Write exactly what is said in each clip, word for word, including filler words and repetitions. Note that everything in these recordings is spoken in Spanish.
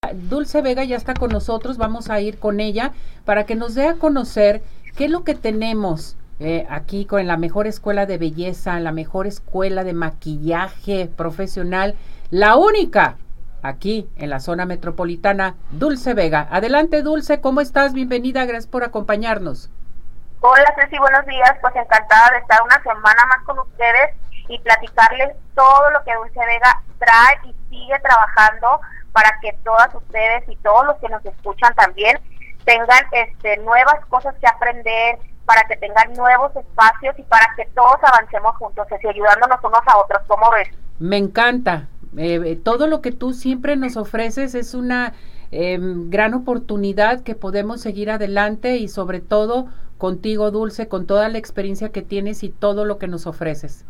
Dulce Vega ya está con nosotros, vamos a ir con ella para que nos dé a conocer qué es lo que tenemos eh, aquí con la mejor escuela de belleza, la mejor escuela de maquillaje profesional, la única aquí en la zona metropolitana, Dulce Vega. Adelante, Dulce, ¿cómo estás? Bienvenida, gracias por acompañarnos. Hola, Ceci, buenos días, pues encantada de estar una semana más con ustedes y platicarles todo lo que Dulce Vega trae y sigue trabajando para que todas ustedes y todos los que nos escuchan también tengan este, nuevas cosas que aprender, para que tengan nuevos espacios y para que todos avancemos juntos, y ayudándonos unos a otros. ¿Cómo ves? Me encanta. Eh, todo lo que tú siempre nos ofreces es una eh, gran oportunidad que podemos seguir adelante y sobre todo contigo, Dulce, con toda la experiencia que tienes y todo lo que nos ofreces.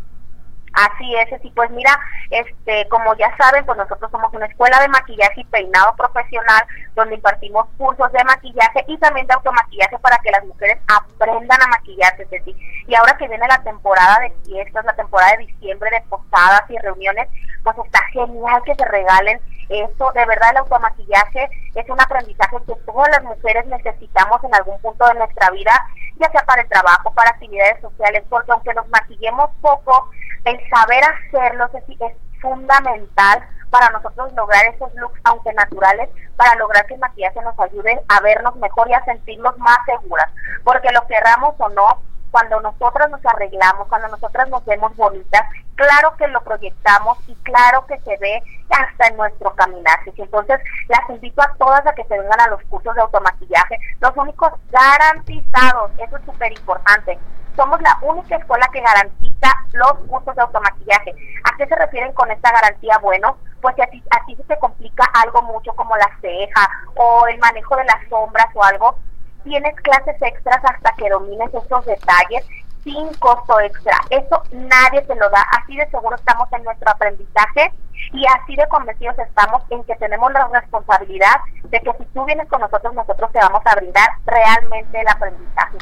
Así es, sí, pues mira, este, como ya saben, pues nosotros somos una escuela de maquillaje y peinado profesional, donde impartimos cursos de maquillaje y también de automaquillaje para que las mujeres aprendan a maquillarse, ¿sí? Y ahora que viene la temporada de fiestas, la temporada de diciembre, de posadas y reuniones, pues está genial que se regalen eso. De verdad, el automaquillaje es un aprendizaje que todas las mujeres necesitamos en algún punto de nuestra vida, ya sea para el trabajo, para actividades sociales, porque aunque nos maquillemos poco, el saber hacerlo es, es fundamental para nosotros lograr esos looks, aunque naturales, para lograr que el maquillaje nos ayude a vernos mejor y a sentirnos más seguras, porque lo querramos o no, cuando nosotras nos arreglamos, cuando nosotras nos vemos bonitas, claro que lo proyectamos y claro que se ve hasta en nuestro caminar. Entonces, las invito a todas a que se vengan a los cursos de automaquillaje, los únicos garantizados, eso es súper importante. Somos la única escuela que garantiza los cursos de automaquillaje. ¿A qué se refieren con esta garantía? Bueno, pues si a ti, a ti se te complica algo mucho como la ceja o el manejo de las sombras o algo, tienes clases extras hasta que domines esos detalles sin costo extra. Eso nadie te lo da. Así de seguro estamos en nuestro aprendizaje y así de convencidos estamos en que tenemos la responsabilidad de que si tú vienes con nosotros, nosotros te vamos a brindar realmente el aprendizaje.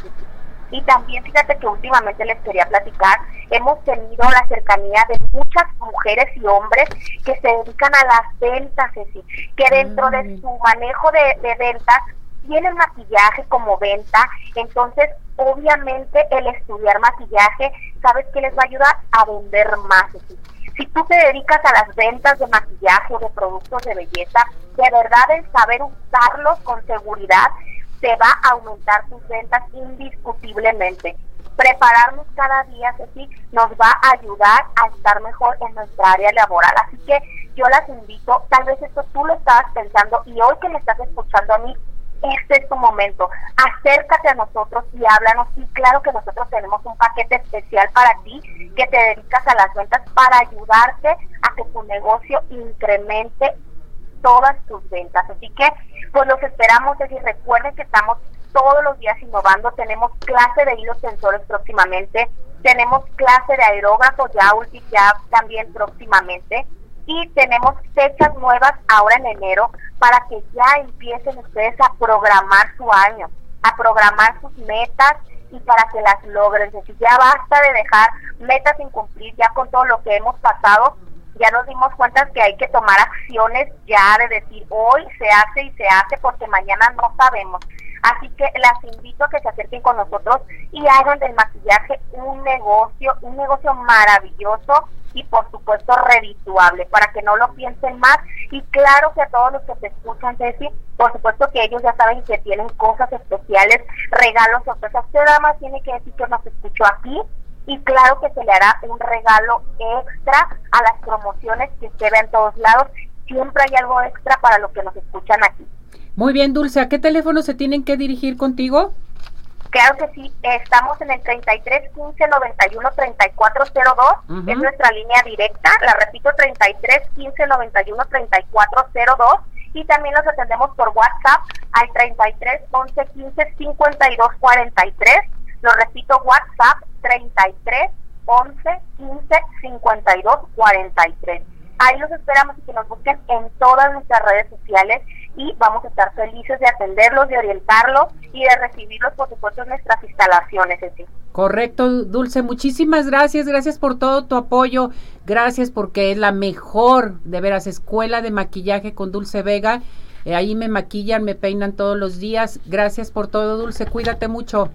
Y también fíjate que últimamente les quería platicar, hemos tenido la cercanía de muchas mujeres y hombres que se dedican a las ventas, Ceci, que dentro de su manejo de, de ventas tienen maquillaje como venta. Entonces obviamente el estudiar maquillaje, ¿sabes qué les va a ayudar? A vender más, Ceci. Si tú te dedicas a las ventas de maquillaje o de productos de belleza, de verdad el saber usarlos con seguridad te va a aumentar tus ventas indiscutiblemente. Prepararnos cada día, Ceci, nos va a ayudar a estar mejor en nuestra área laboral. Así que yo las invito, tal vez esto tú lo estabas pensando y hoy que me estás escuchando a mí, este es tu momento. Acércate a nosotros y háblanos. Y claro que nosotros tenemos un paquete especial para ti, que te dedicas a las ventas para ayudarte a que tu negocio incremente todas tus ventas. Así que pues los esperamos. Y recuerden que estamos todos los días innovando. Tenemos clase de hilos tensores próximamente, tenemos clase de aerógrafo ya, ya también próximamente, y tenemos fechas nuevas ahora en enero para que ya empiecen ustedes a programar su año, a programar sus metas y para que las logren. Es decir, ya basta de dejar metas sin cumplir. Ya con todo lo que hemos pasado, ya nos dimos cuenta que hay que tomar acciones ya, de decir hoy se hace y se hace porque mañana no sabemos. Así que las invito a que se acerquen con nosotros y hagan del maquillaje un negocio, un negocio maravilloso y por supuesto redituable, para que no lo piensen más. Y claro que a todos los que te escuchan, Ceci, por supuesto que ellos ya saben que tienen cosas especiales, regalos, sorpresas. Usted nada más tiene que decir que nos escuchó aquí y claro que se le hará un regalo extra a las promociones que usted ve en todos lados. Siempre hay algo extra para los que nos escuchan aquí. Muy bien, Dulce, ¿a qué teléfono se tienen que dirigir contigo? Claro que sí, estamos en el treinta y tres quince noventa y uno treinta y cuatro cero dos, uh-huh. Es nuestra línea directa, la repito, treinta y tres quince noventa y uno treinta y cuatro cero dos, y también los atendemos por WhatsApp al treinta y tres once quince cincuenta y dos cuarenta y tres, lo repito, WhatsApp treinta y tres once quince cincuenta y dos cuarenta y tres. Ahí los esperamos y que nos busquen en todas nuestras redes sociales y vamos a estar felices de atenderlos, de orientarlos y de recibirlos, por supuesto, en nuestras instalaciones. ¿Sí? Correcto, Dulce, muchísimas gracias, gracias por todo tu apoyo, gracias porque es la mejor, de veras, escuela de maquillaje con Dulce Vega. Eh, ahí me maquillan, me peinan todos los días. Gracias por todo, Dulce. Cuídate mucho.